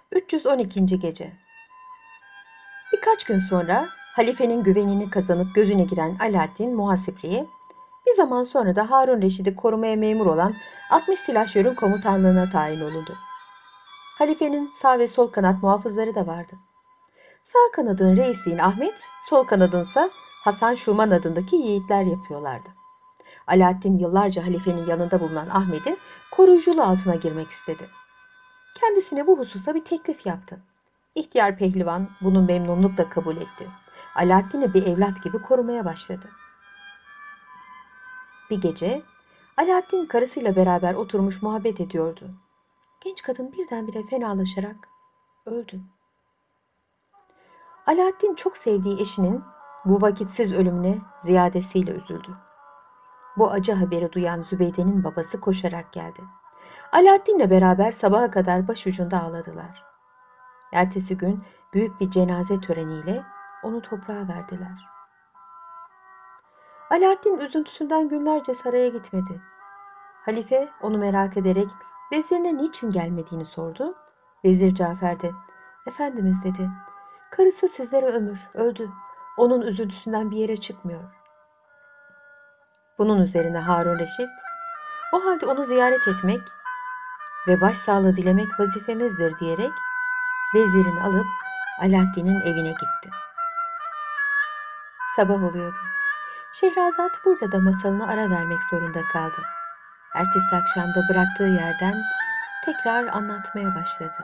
312. Gece. Birkaç gün sonra halifenin güvenini kazanıp gözüne giren Alaaddin muhasipliğe, bir zaman sonra da Harun Reşid'i korumaya memur olan 60 silahşörün komutanlığına tayin olundu. Halifenin sağ ve sol kanat muhafızları da vardı. Sağ kanadın reisliğin Ahmet, sol kanadınsa Hasan Şuman adındaki yiğitler yapıyorlardı. Alaaddin yıllarca halifenin yanında bulunan Ahmet'in koruyuculuğu altına girmek istedi. Kendisine bu hususa bir teklif yaptı. İhtiyar pehlivan bunu memnunlukla kabul etti. Alaaddin'i bir evlat gibi korumaya başladı. Bir gece Alaaddin karısıyla beraber oturmuş muhabbet ediyordu. Genç kadın birdenbire fenalaşarak öldü. Alaaddin çok sevdiği eşinin bu vakitsiz ölümüne ziyadesiyle üzüldü. Bu acı haberi duyan Zübeyde'nin babası koşarak geldi. Alaaddin'le beraber sabaha kadar başucunda ağladılar. Ertesi gün büyük bir cenaze töreniyle onu toprağa verdiler. Alaaddin üzüntüsünden günlerce saraya gitmedi. Halife onu merak ederek vezirine niçin gelmediğini sordu. Vezir Cafer de, "Efendimiz," dedi, "karısı sizlere ömür, öldü. Onun üzüntüsünden bir yere çıkmıyor." Bunun üzerine Harun Reşit, "O halde onu ziyaret etmek ve başsağlığı dilemek vazifemizdir," diyerek vezirini alıp Alaaddin'in evine gitti. Sabah oluyordu. Şehrazat burada da masalına ara vermek zorunda kaldı. Ertesi akşamda bıraktığı yerden tekrar anlatmaya başladı.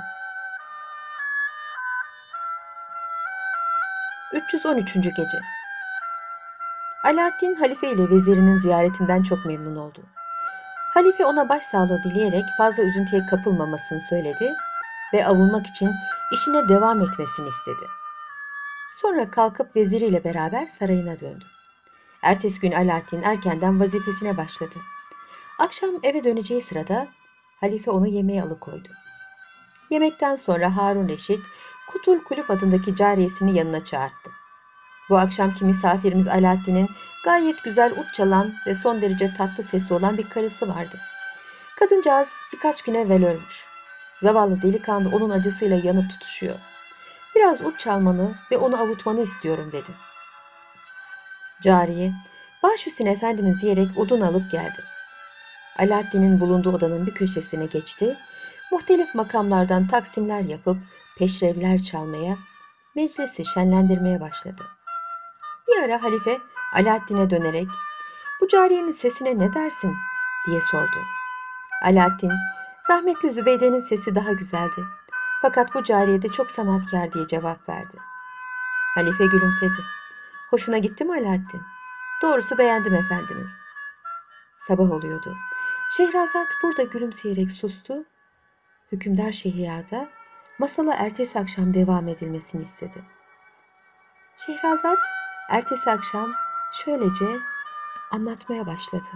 313. Gece. Alaaddin halife ile vezirinin ziyaretinden çok memnun oldu. Halife ona başsağlığı dileyerek fazla üzüntüye kapılmamasını söyledi ve avunmak için işine devam etmesini istedi. Sonra kalkıp veziriyle beraber sarayına döndü. Ertesi gün Alaaddin erkenden vazifesine başladı. Akşam eve döneceği sırada halife onu yemeğe alıkoydu. Yemekten sonra Harun Reşit, Kutul Kulüp adındaki cariyesini yanına çağırdı. Bu akşamki misafirimiz Alaaddin'in gayet güzel ut çalan ve son derece tatlı sesi olan bir karısı vardı. Kadıncağız birkaç gün evvel ölmüş. Zavallı delikanlı onun acısıyla yanıp tutuşuyor. "Biraz ut çalmanı ve onu avutmanı istiyorum," dedi. Cariye, "Baş üstüne efendimiz," diyerek odun alıp geldi. Alaaddin'in bulunduğu odanın bir köşesine geçti, muhtelif makamlardan taksimler yapıp peşrevler çalmaya, meclisi şenlendirmeye başladı. Bir ara halife Alaaddin'e dönerek, "Bu cariyenin sesine ne dersin?" diye sordu. Alaaddin, "Rahmetli Zübeyde'nin sesi daha güzeldi. Fakat bu cariye de çok sanatkar," diye cevap verdi. Halife gülümsedi. "Hoşuna gitti mi Alaaddin?" "Doğrusu beğendim efendimiz." Sabah oluyordu. Şehrazat burada gülümseyerek sustu. Hükümdar Şehriyar'da masala ertesi akşam devam edilmesini istedi. Şehrazat ertesi akşam şöylece anlatmaya başladı.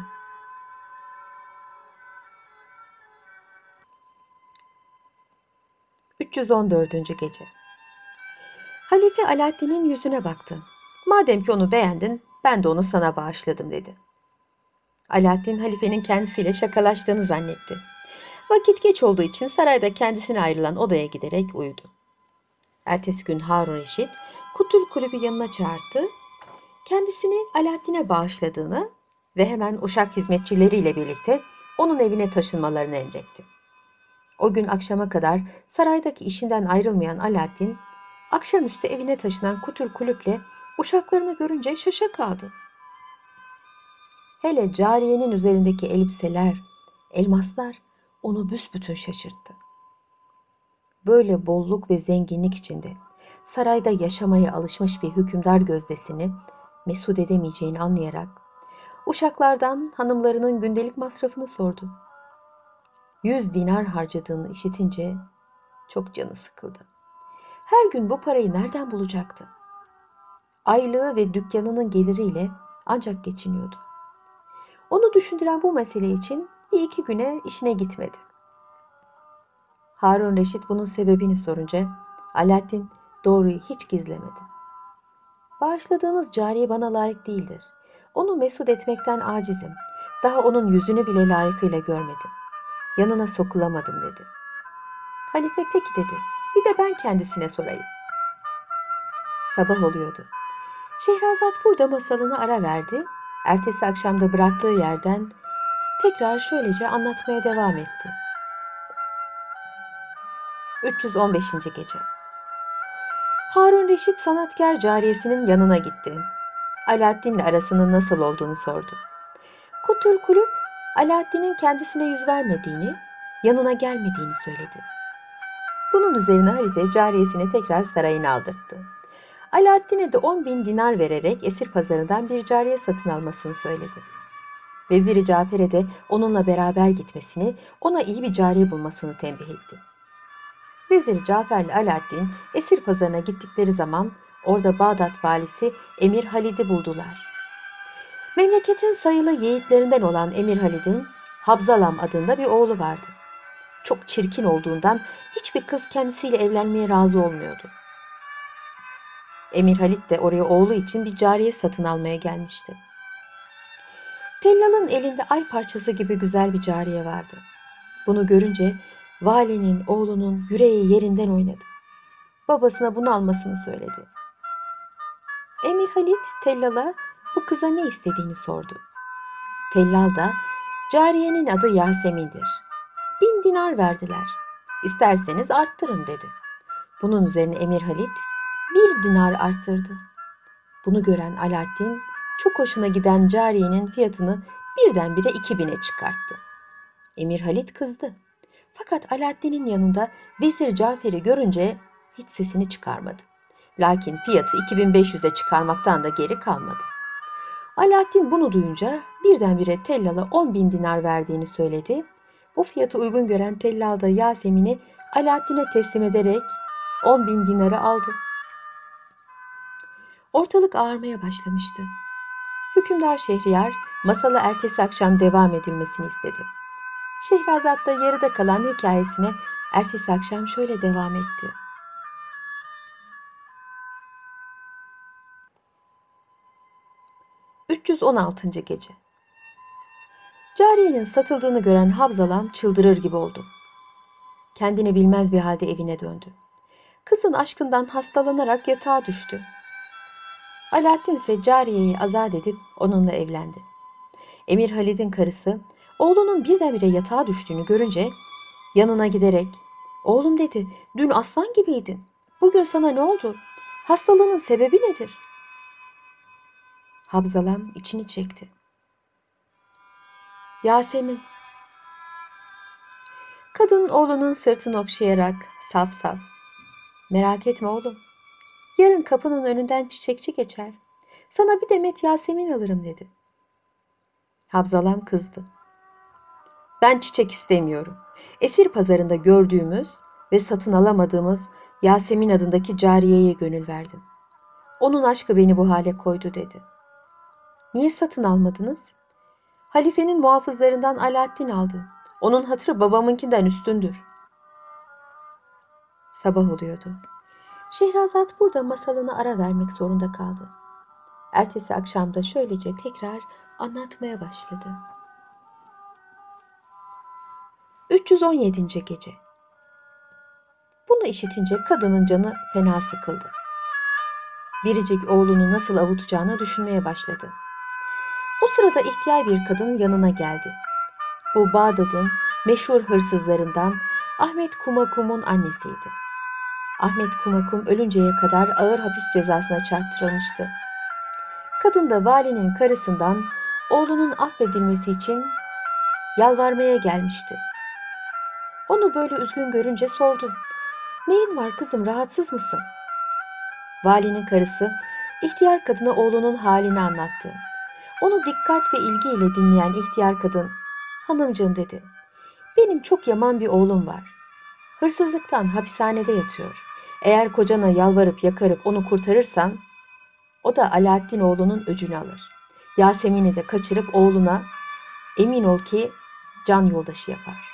314. Gece. Halife Alaaddin'in yüzüne baktı. "Madem ki onu beğendin, ben de onu sana bağışladım," dedi. Alaaddin halifenin kendisiyle şakalaştığını zannetti. Vakit geç olduğu için sarayda kendisine ayrılan odaya giderek uyudu. Ertesi gün Harun Reşit Kutul Kulübü yanına çağırdı. Kendisini Alaaddin'e bağışladığını ve hemen uşak hizmetçileriyle birlikte onun evine taşınmalarını emretti. O gün akşama kadar saraydaki işinden ayrılmayan Alaaddin, akşamüstü evine taşınan Kutul Kulüp'le uşaklarını görünce şaşa kaldı. Hele cariyenin üzerindeki elbiseler, elmaslar onu büsbütün şaşırttı. Böyle bolluk ve zenginlik içinde sarayda yaşamaya alışmış bir hükümdar gözdesini mesut edemeyeceğini anlayarak uşaklardan hanımlarının gündelik masrafını sordu. 100 dinar harcadığını işitince çok canı sıkıldı. Her gün bu parayı nereden bulacaktı? Aylığı ve dükkanının geliriyle ancak geçiniyordu. Onu düşündüren bu mesele için bir iki güne işine gitmedi. Harun Reşit bunun sebebini sorunca Alaaddin doğruyu hiç gizlemedi. "Bağışladığınız cariye bana layık değildir. Onu mesut etmekten acizim. Daha onun yüzünü bile layıkıyla görmedim. Yanına sokulamadım," dedi. Halife, "Peki," dedi. Bir de ben kendisine sorayım. Sabah oluyordu. Şehrazat burada masalını ara verdi. Ertesi akşamda bıraktığı yerden tekrar şöylece anlatmaya devam etti. 315. Gece. Harun Reşit sanatkar cariyesinin yanına gitti. Alaaddin'le arasının nasıl olduğunu sordu. Kutul Kulüp, Alaaddin'in kendisine yüz vermediğini, yanına gelmediğini söyledi. Bunun üzerine halife cariyesini tekrar sarayına aldırttı. Alaaddin'e de 10.000 dinar vererek esir pazarından bir cariye satın almasını söyledi. Veziri Cafer'e de onunla beraber gitmesini, ona iyi bir cariye bulmasını tembih etti. Vezir Cafer'le Alaaddin esir pazarına gittikleri zaman orada Bağdat valisi Emir Halid'i buldular. Memleketin sayılı yiğitlerinden olan Emir Halid'in Habzalam adında bir oğlu vardı. Çok çirkin olduğundan hiçbir kız kendisiyle evlenmeye razı olmuyordu. Emir Halit de oraya oğlu için bir cariye satın almaya gelmişti. Tellal'ın elinde ay parçası gibi güzel bir cariye vardı. Bunu görünce valinin oğlunun yüreği yerinden oynadı. Babasına bunu almasını söyledi. Emir Halit Tellal'a bu kıza ne istediğini sordu. Tellal da cariyenin adı Yasemin'dir. 1000 dinar verdiler. İsterseniz arttırın dedi. Bunun üzerine Emir Halit 1 dinar arttırdı. Bunu gören Alaaddin çok hoşuna giden cariyenin fiyatını birdenbire 2000'e çıkarttı. Emir Halit kızdı. Fakat Alaaddin'in yanında Vezir Cafer'i görünce hiç sesini çıkarmadı. Lakin fiyatı 2500'e çıkarmaktan da geri kalmadı. Alaaddin bunu duyunca birdenbire Tellal'a 10.000 dinar verdiğini söyledi. Bu fiyatı uygun gören Tellal da Yasemin'i Alaaddin'e teslim ederek 10.000 dinarı aldı. Ortalık ağarmaya başlamıştı. Hükümdar Şehriyar masalı ertesi akşam devam edilmesini istedi. Şehrazat da yarıda kalan hikayesine ertesi akşam şöyle devam etti. 316. Gece. Cariyenin satıldığını gören Habzalam çıldırır gibi oldu. Kendini bilmez bir halde evine döndü. Kızın aşkından hastalanarak yatağa düştü. Alaaddin ise cariyeyi azat edip onunla evlendi. Emir Halid'in karısı oğlunun birdenbire yatağa düştüğünü görünce yanına giderek "Oğlum," dedi, "dün aslan gibiydin. Bugün sana ne oldu? Hastalığının sebebi nedir?" Habzalam içini çekti. "Yasemin." Kadın oğlunun sırtını okşayarak saf saf, "Merak etme oğlum. Yarın kapının önünden çiçekçi geçer. Sana bir demet Yasemin alırım," dedi. Habzalam kızdı. "Ben çiçek istemiyorum. Esir pazarında gördüğümüz ve satın alamadığımız Yasemin adındaki cariyeye gönül verdim. Onun aşkı beni bu hale koydu," dedi. "Niye satın almadınız?" "Halifenin muhafızlarından Alaaddin aldı. Onun hatırı babamınkinden üstündür." Sabah oluyordu. Şehrazat burada masalını ara vermek zorunda kaldı. Ertesi akşamda şöylece tekrar anlatmaya başladı. 317. Gece. Bunu işitince kadının canı fena sıkıldı. Biricik oğlunu nasıl avutacağını düşünmeye başladı. O sırada ihtiyar bir kadın yanına geldi. Bu Bağdat'ın meşhur hırsızlarından Ahmet Kumakum'un annesiydi. Ahmet Kumakum ölünceye kadar ağır hapis cezasına çarptırılmıştı. Kadın da valinin karısından oğlunun affedilmesi için yalvarmaya gelmişti. Onu böyle üzgün görünce sordu. "Neyin var kızım, rahatsız mısın?" Valinin karısı ihtiyar kadına oğlunun halini anlattı. Onu dikkat ve ilgiyle dinleyen ihtiyar kadın, "Hanımcığım," dedi, "benim çok yaman bir oğlum var. Hırsızlıktan hapishanede yatıyor. Eğer kocana yalvarıp yakarıp onu kurtarırsan, o da Alaaddin oğlunun öcünü alır. Yasemin'i de kaçırıp oğluna emin ol ki can yoldaşı yapar."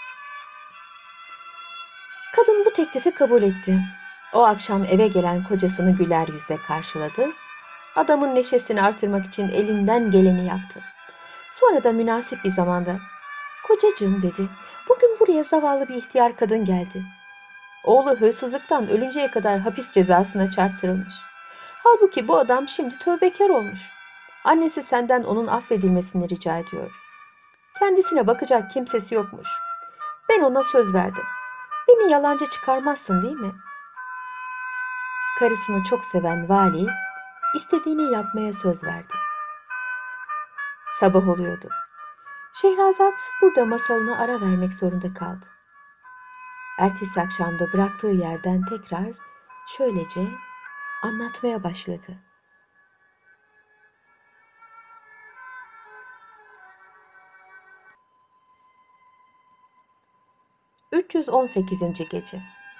Kadın bu teklifi kabul etti. O akşam eve gelen kocasını güler yüzle karşıladı. Adamın neşesini artırmak için elinden geleni yaptı. Sonra da münasip bir zamanda, "Kocacığım," dedi, "bugün buraya zavallı bir ihtiyar kadın geldi. Oğlu hırsızlıktan ölünceye kadar hapis cezasına çarptırılmış. Halbuki bu adam şimdi tövbekar olmuş. Annesi senden onun affedilmesini rica ediyor. Kendisine bakacak kimsesi yokmuş. Ben ona söz verdim. Beni yalancı çıkarmazsın değil mi? Karısını çok seven vali istediğini yapmaya söz verdi. Sabah oluyordu. Şehrazat burada masalına ara vermek zorunda kaldı. Ertesi akşamda bıraktığı yerden tekrar şöylece anlatmaya başladı. 318. Gece.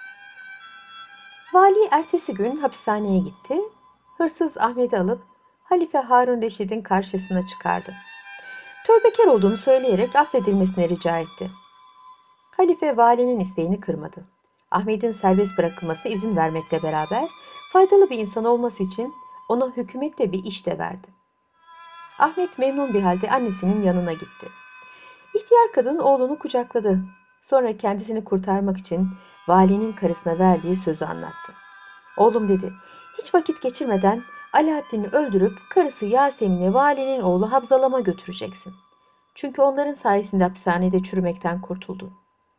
Vali ertesi gün hapishaneye gitti. Hırsız Ahmet'i alıp Halife Harun Reşid'in karşısına çıkardı. Tövbekar olduğunu söyleyerek affedilmesini rica etti. Halife valinin isteğini kırmadı. Ahmet'in serbest bırakılmasına izin vermekle beraber faydalı bir insan olması için ona hükümetle bir iş de verdi. Ahmet memnun bir halde annesinin yanına gitti. İhtiyar kadın oğlunu kucakladı. Sonra kendisini kurtarmak için valinin karısına verdiği sözü anlattı. Oğlum dedi, hiç vakit geçirmeden Alaaddin'i öldürüp karısı Yasemin'e valinin oğlu Habzalam'a götüreceksin. Çünkü onların sayesinde hapishanede çürümekten kurtuldun.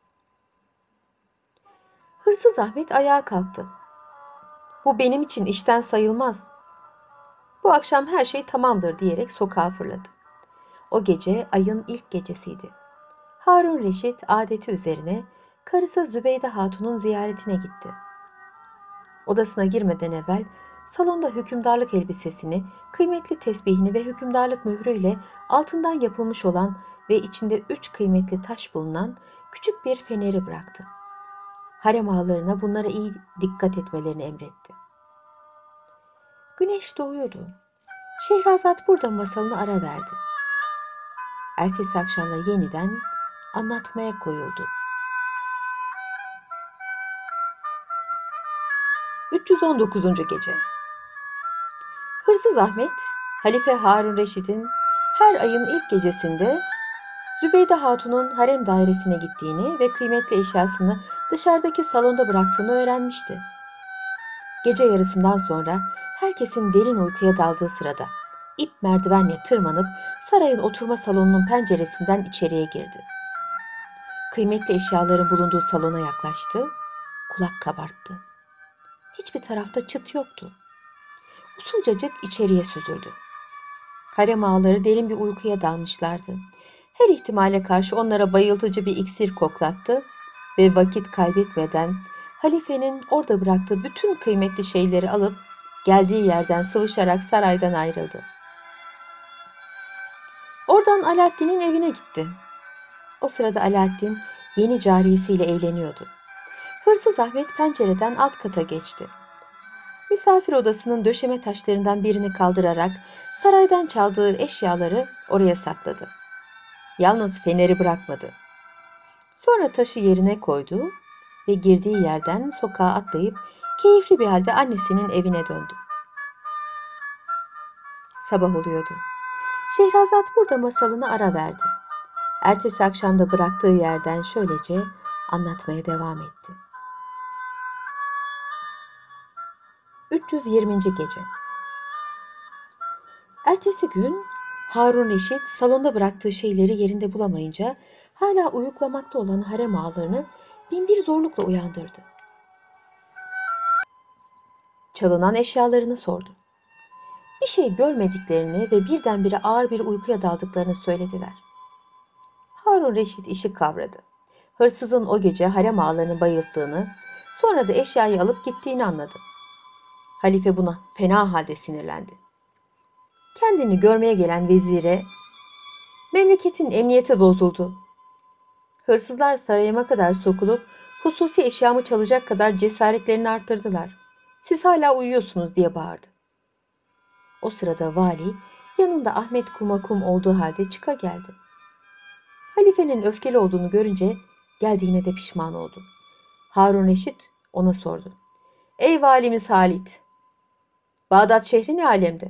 Hırsız Ahmet ayağa kalktı. Bu benim için işten sayılmaz. Bu akşam her şey tamamdır diyerek sokağa fırladı. O gece ayın ilk gecesiydi. Harun Reşit adeti üzerine karısı Zübeyde Hatun'un ziyaretine gitti. Odasına girmeden evvel salonda hükümdarlık elbisesini, kıymetli tesbihini ve hükümdarlık mührüyle altından yapılmış olan ve içinde 3 kıymetli taş bulunan küçük bir feneri bıraktı. Harem ağalarına bunlara iyi dikkat etmelerini emretti. Güneş doğuyordu. Şehrazat burada masalına ara verdi. Ertesi akşamda yeniden anlatmaya koyuldu. 319. Gece. Hırsız Ahmet, Halife Harun Reşid'in her ayın ilk gecesinde Zübeyde Hatun'un harem dairesine gittiğini ve kıymetli eşyasını dışarıdaki salonda bıraktığını öğrenmişti. Gece yarısından sonra herkesin derin uykuya daldığı sırada ip merdivenle tırmanıp sarayın oturma salonunun penceresinden içeriye girdi. Kıymetli eşyaların bulunduğu salona yaklaştı, kulak kabarttı. Hiçbir tarafta çıt yoktu. Usulcacık içeriye süzüldü. Harem ağaları derin bir uykuya dalmışlardı. Her ihtimale karşı onlara bayıltıcı bir iksir koklattı ve vakit kaybetmeden halifenin orada bıraktığı bütün kıymetli şeyleri alıp geldiği yerden sıvışarak saraydan ayrıldı. Oradan Alaaddin'in evine gitti. O sırada Alaaddin yeni cariyesiyle eğleniyordu. Hırsız Ahmet pencereden alt kata geçti. Misafir odasının döşeme taşlarından birini kaldırarak saraydan çaldığı eşyaları oraya sakladı. Yalnız feneri bırakmadı. Sonra taşı yerine koydu ve girdiği yerden sokağa atlayıp keyifli bir halde annesinin evine döndü. Sabah oluyordu. Şehrazat burada masalını ara verdi. Ertesi akşamda bıraktığı yerden şöylece anlatmaya devam etti. 320. Gece. Ertesi gün Harun Reşit salonda bıraktığı şeyleri yerinde bulamayınca hala uyuklamakta olan harem ağalarını binbir zorlukla uyandırdı. Çalınan eşyalarını sordu. Bir şey görmediklerini ve birdenbire ağır bir uykuya daldıklarını söylediler. Harun Reşit işi kavradı. Hırsızın o gece harem ağalarını bayılttığını, sonra da eşyayı alıp gittiğini anladı. Halife buna fena halde sinirlendi. Kendini görmeye gelen vezire, memleketin emniyeti bozuldu. Hırsızlar sarayıma kadar sokulup hususi eşyamı çalacak kadar cesaretlerini artırdılar. Siz hala uyuyorsunuz diye bağırdı. O sırada vali yanında Ahmet Kumakum olduğu halde çıka geldi. Halifenin öfkeli olduğunu görünce geldiğine de pişman oldu. Harun Reşit ona sordu. Ey valimiz Halit, Bağdat şehri ne alemde?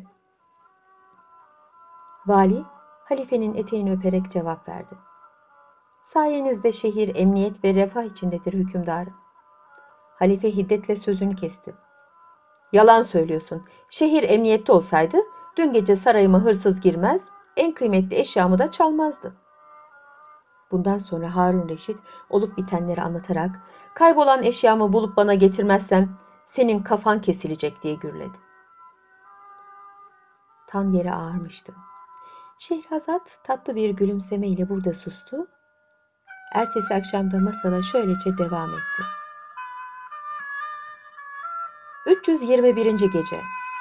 Vali halifenin eteğini öperek cevap verdi. Sayenizde şehir emniyet ve refah içindedir hükümdarım. Halife hiddetle sözünü kesti. Yalan söylüyorsun. Şehir emniyette olsaydı dün gece sarayıma hırsız girmez, en kıymetli eşyamı da çalmazdı. Bundan sonra Harun Reşit olup bitenleri anlatarak kaybolan eşyamı bulup bana getirmezsen senin kafan kesilecek diye gürledi. Tan yere ağarmıştı. Şehrazat tatlı bir gülümsemeyle burada sustu. Ertesi akşamda masala şöylece devam etti. 321. Gece.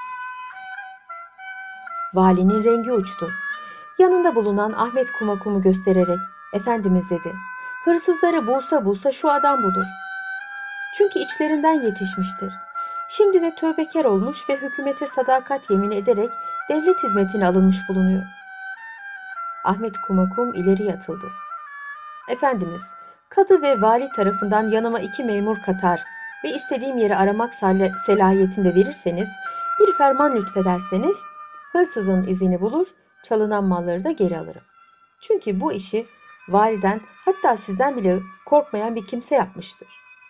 Valinin rengi uçtu. Yanında bulunan Ahmet Kumakum'u göstererek "Efendimiz" dedi, "hırsızları bulsa şu adam bulur. Çünkü içlerinden yetişmiştir. Şimdi de tövbekar olmuş ve hükümete sadakat yemin ederek devlet hizmetine alınmış bulunuyor." Ahmet Kumakum ileri atıldı. "Efendimiz, kadı ve vali tarafından yanıma 2 memur katar ve istediğim yeri aramak selahiyetinde verirseniz, bir ferman lütfederseniz, hırsızın izini bulur, çalınan malları da geri alırım. Çünkü bu işi validen, hatta sizden bile korkmayan bir kimse yapmıştır."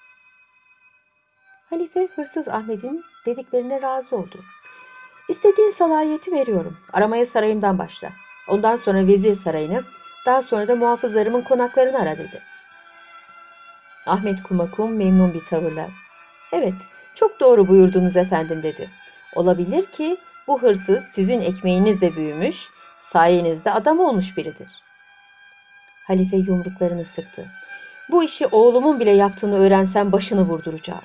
Halife hırsız Ahmet'in dediklerine razı oldu. "İstediğin salahiyeti veriyorum. Aramaya sarayımdan başla. Ondan sonra vezir sarayını, daha sonra da muhafızlarımın konaklarını ara" dedi. Ahmet Kumakum memnun bir tavırla "Evet, çok doğru buyurdunuz efendim" dedi. "Olabilir ki bu hırsız sizin ekmeğinizle büyümüş, sayenizde adam olmuş biridir." Halife yumruklarını sıktı. "Bu işi oğlumun bile yaptığını öğrensem başını vurduracağım."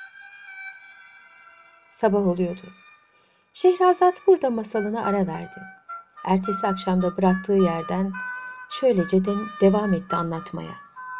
Sabah oluyordu. Şehrazat burada masalına ara verdi. Ertesi akşamda bıraktığı yerden şöylece devam etti anlatmaya.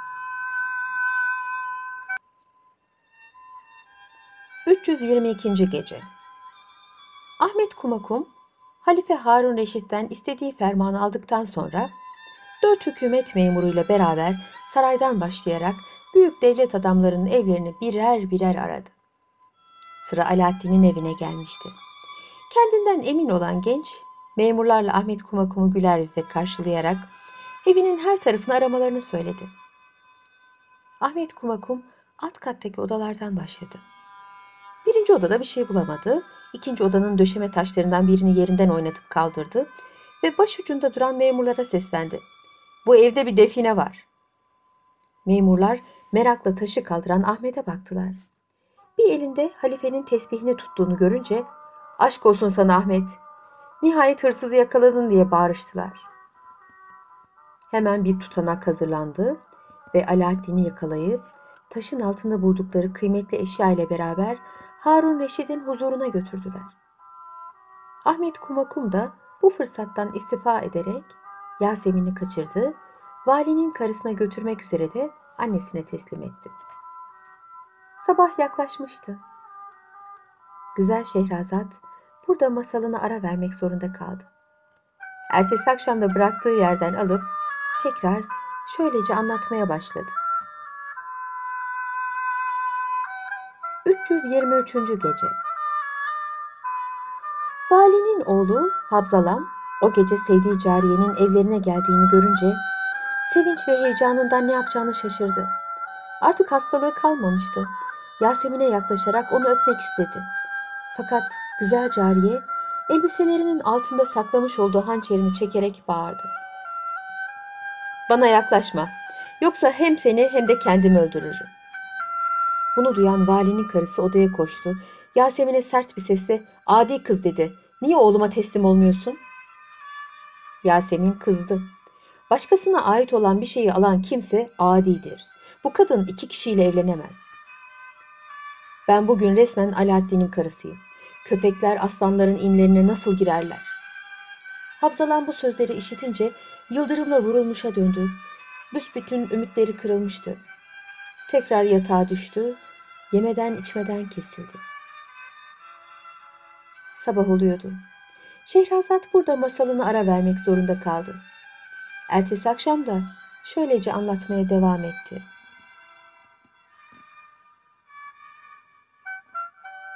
322. Gece. Ahmet Kumakum, Halife Harun Reşit'ten istediği fermanı aldıktan sonra 4 hükümet memuruyla beraber saraydan başlayarak büyük devlet adamlarının evlerini birer birer aradı. Sıra Alaaddin'in evine gelmişti. Kendinden emin olan genç, memurlarla Ahmet Kumakum'u güler yüzle karşılayarak evinin her tarafını aramalarını söyledi. Ahmet Kumakum alt kattaki odalardan başladı. Birinci odada bir şey bulamadı. İkinci odanın döşeme taşlarından birini yerinden oynatıp kaldırdı ve başucunda duran memurlara seslendi. "Bu evde bir define var." Memurlar merakla taşı kaldıran Ahmet'e baktılar. Bir elinde halifenin tesbihini tuttuğunu görünce "Aşk olsun sana Ahmet, nihayet hırsızı yakaladın" diye bağırıştılar. Hemen bir tutanak hazırlandı ve Alaaddin'i yakalayıp taşın altında buldukları kıymetli eşya ile beraber Harun Reşid'in huzuruna götürdüler. Ahmet Kumakum da bu fırsattan istifa ederek Yasemin'i kaçırdı, valinin karısına götürmek üzere de annesine teslim etti. Sabah yaklaşmıştı. Güzel Şehrazat burada masalına ara vermek zorunda kaldı. Ertesi akşamda bıraktığı yerden alıp tekrar şöylece anlatmaya başladı. 323. Gece. Valinin oğlu Habzalam o gece sevdiği cariyenin evlerine geldiğini görünce sevinç ve heyecanından ne yapacağını şaşırdı. Artık hastalığı kalmamıştı. Yasemin'e yaklaşarak onu öpmek istedi. Fakat güzel cariye elbiselerinin altında saklamış olduğu hançerini çekerek bağırdı. "Bana yaklaşma, yoksa hem seni hem de kendimi öldürürüm." Bunu duyan valinin karısı odaya koştu. Yasemin'e sert bir sesle "Adi kız" dedi. "Niye oğluma teslim olmuyorsun?" Yasemin kızdı. Başkasına ait olan bir şeyi alan kimse adidir. Bu kadın 2 kişiyle evlenemez. "Ben bugün resmen Alaaddin'in karısıyım. Köpekler aslanların inlerine nasıl girerler?" Habzalan bu sözleri işitince yıldırımla vurulmuşa döndü. Büsbütün ümitleri kırılmıştı. Tekrar yatağa düştü. Yemeden içmeden kesildi. Sabah oluyordu. Şehrazat burada masalını ara vermek zorunda kaldı. Ertesi akşam da şöylece anlatmaya devam etti.